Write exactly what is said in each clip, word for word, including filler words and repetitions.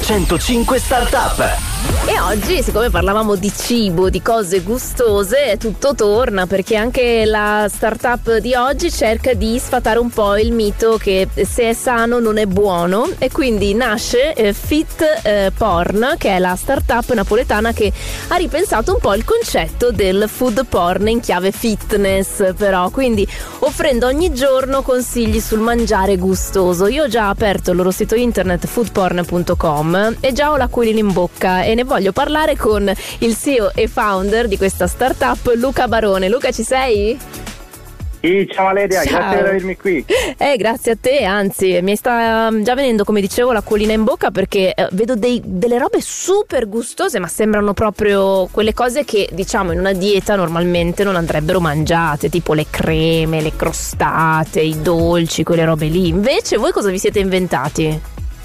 centocinque Startup. E oggi, siccome parlavamo di cibo, di cose gustose, tutto torna, perché anche la startup di oggi cerca di sfatare un po' il mito che se è sano non è buono, e quindi nasce eh, Fit eh, Porn, che è la startup napoletana che ha ripensato un po' il concetto del food porn in chiave fitness, però, quindi offrendo ogni giorno consigli sul mangiare gustoso. Io ho già aperto il loro sito internet food porn punto com e già ho l'acquolina in bocca, e ne voglio parlare con il C E O e founder di questa startup, Luca Barone. Luca, ci sei? Sì, ciao Valeria, Ciao. grazie per avermi qui. Eh, grazie a te, anzi, mi sta già venendo, come dicevo, l'acquolina in bocca, perché eh, vedo dei, delle robe super gustose, ma sembrano proprio quelle cose che, diciamo, in una dieta normalmente non andrebbero mangiate, tipo le creme, le crostate, i dolci, quelle robe lì. Invece voi cosa vi siete inventati?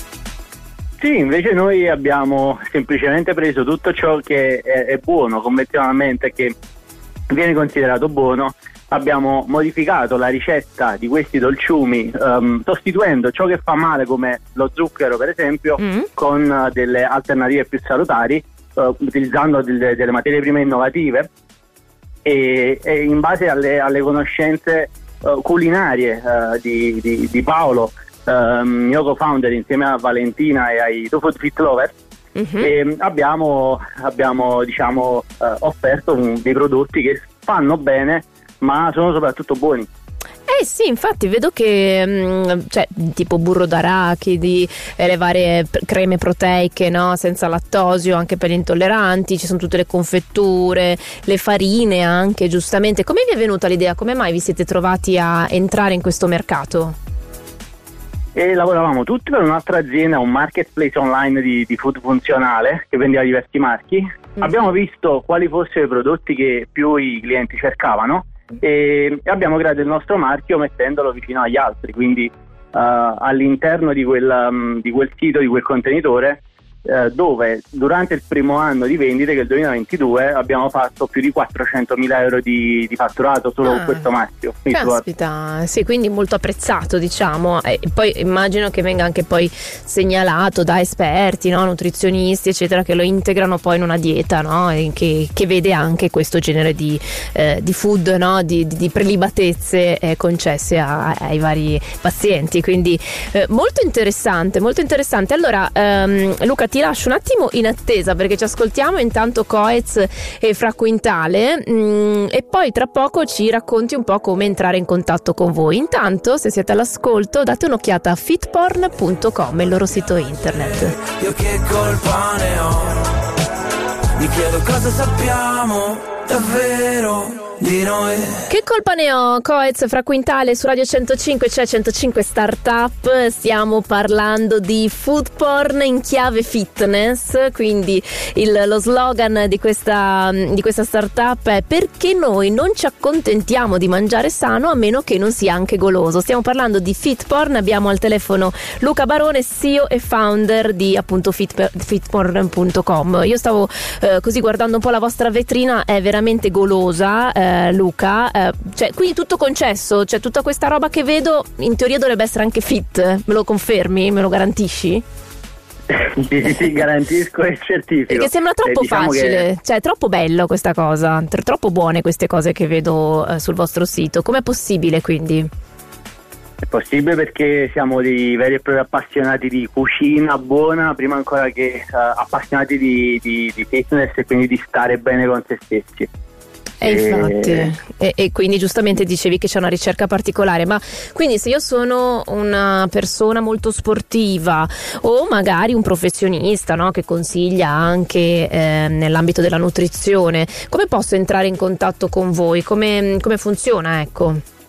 Sì, invece noi abbiamo semplicemente preso tutto ciò che è, è buono convenzionalmente, che viene considerato buono. Abbiamo modificato la ricetta di questi dolciumi, um, sostituendo ciò che fa male, come lo zucchero per esempio, mm. con uh, delle alternative più salutari, uh, utilizzando delle, delle materie prime innovative e, e in base alle, alle conoscenze uh, culinarie uh, di, di, di Paolo, uh, mio co-founder, insieme a Valentina e ai Two Food Fit Lovers. Mm-hmm. E abbiamo, abbiamo diciamo uh, offerto un, dei prodotti che fanno bene, ma sono soprattutto buoni. Eh sì, infatti vedo che mh, cioè tipo burro d'arachidi, eh, le varie p- creme proteiche, no, senza lattosio, anche per gli intolleranti, ci sono tutte le confetture, le farine anche, giustamente. Come vi è venuta l'idea? Come mai vi siete trovati a entrare in questo mercato? E lavoravamo tutti per un'altra azienda, un marketplace online di, di food funzionale che vendeva diversi marchi. Mm-hmm. Abbiamo visto quali fossero i prodotti che più i clienti cercavano e abbiamo creato il nostro marchio mettendolo vicino agli altri, quindi uh, all'interno di quel, um, di quel sito, di quel contenitore, uh, dove durante il primo anno di vendite, che è il duemilaventidue, abbiamo fatto più di quattrocentomila euro di, di fatturato solo ah, con questo marchio. Caspita, sì, quindi molto apprezzato, diciamo, e poi immagino che venga anche poi segnalato da esperti, no? Nutrizionisti eccetera, che lo integrano poi in una dieta, no? E che, che vede anche questo genere di, eh, di food, no? di, di, di prelibatezze eh, concesse a, ai vari pazienti, quindi eh, molto interessante, molto interessante. Allora ehm, Luca, ti lascio un attimo in attesa perché ci ascoltiamo intanto Coez e Fra Quintale, mh, e poi tra poco ci racconti un po' come entrare in contatto con voi. Intanto, se siete all'ascolto, date un'occhiata a fit porn punto com, il loro sito internet. Io che colpa ne ho? Mi chiedo cosa sappiamo davvero di noi. Che colpa ne ho? Coez, Fra Quintale su Radio centocinque, c'è centocinque Startup. Stiamo parlando di food porn in chiave fitness, quindi il, lo slogan di questa, di questa startup è: perché noi non ci accontentiamo di mangiare sano a meno che non sia anche goloso. Stiamo parlando di Fit Porn, abbiamo al telefono Luca Barone, C E O e founder di appunto fit, fit porn punto com. Io stavo eh, così guardando un po' la vostra vetrina, è veramente golosa. Eh, Luca, eh, cioè, quindi tutto concesso, cioè tutta questa roba che vedo in teoria dovrebbe essere anche fit, me lo confermi? Me lo garantisci? Sì, sì, sì, garantisco e certifico. Perché sembra troppo eh, diciamo facile, che... cioè è troppo bello questa cosa, tr- troppo buone queste cose che vedo eh, sul vostro sito. Com'è possibile quindi? È possibile perché siamo dei veri e propri appassionati di cucina buona, prima ancora che uh, appassionati di, di, di fitness e quindi di stare bene con se stessi. E infatti, e, e quindi giustamente dicevi che c'è una ricerca particolare, ma quindi se io sono una persona molto sportiva o magari un professionista, no, che consiglia anche eh, nell'ambito della nutrizione, come posso entrare in contatto con voi? Come, come funziona, ecco?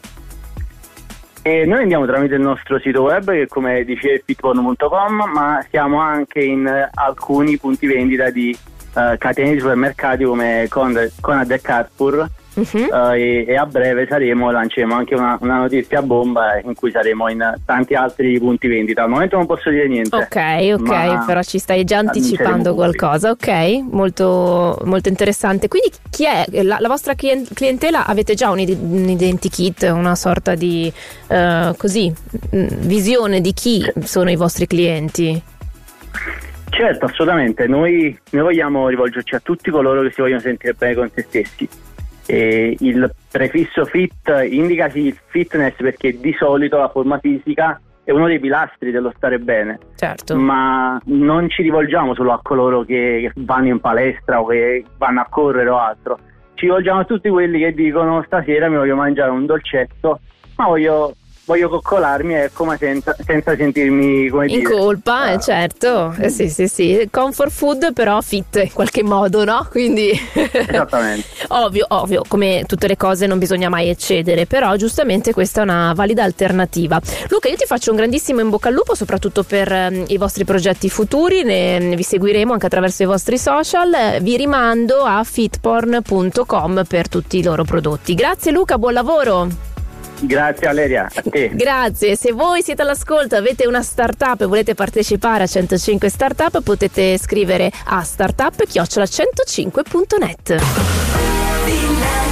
E noi andiamo tramite il nostro sito web, che come dicevi è fit porn punto com, ma siamo anche in alcuni punti vendita di Uh, catene di supermercati come Conad, Conad e Carrefour, uh-huh. uh, e, e a breve saremo, lanceremo anche una, una notizia bomba in cui saremo in tanti altri punti vendita. Al momento non posso dire niente. Ok, ok, però ci stai già anticipando qualcosa. Ok, molto, molto interessante. Quindi chi è la, la vostra clientela? Avete già un, un identikit, una sorta di uh, così visione di chi sono i vostri clienti? Certo, assolutamente, noi, noi vogliamo rivolgerci a tutti coloro che si vogliono sentire bene con se stessi. E il prefisso fit indica sì il fitness perché di solito la forma fisica è uno dei pilastri dello stare bene, certo. Ma non ci rivolgiamo solo a coloro che, che vanno in palestra o che vanno a correre o altro, ci rivolgiamo a tutti quelli che dicono stasera mi voglio mangiare un dolcetto, ma voglio voglio coccolarmi, ecco, ma senza, senza sentirmi come in dire, colpa, eh, certo, eh, sì sì sì, comfort food però fit in qualche modo, no? Quindi esattamente. ovvio, ovvio, come tutte le cose non bisogna mai eccedere, però giustamente questa è una valida alternativa. Luca, io ti faccio un grandissimo in bocca al lupo, soprattutto per eh, i vostri progetti futuri, ne, ne vi seguiremo anche attraverso i vostri social, eh, vi rimando a fitporn punto com per tutti i loro prodotti. Grazie Luca, buon lavoro. Grazie Valeria, a te. Grazie, se voi siete all'ascolto, avete una startup e volete partecipare a centocinque Startup, potete scrivere a startup chiocciola centocinque punto net.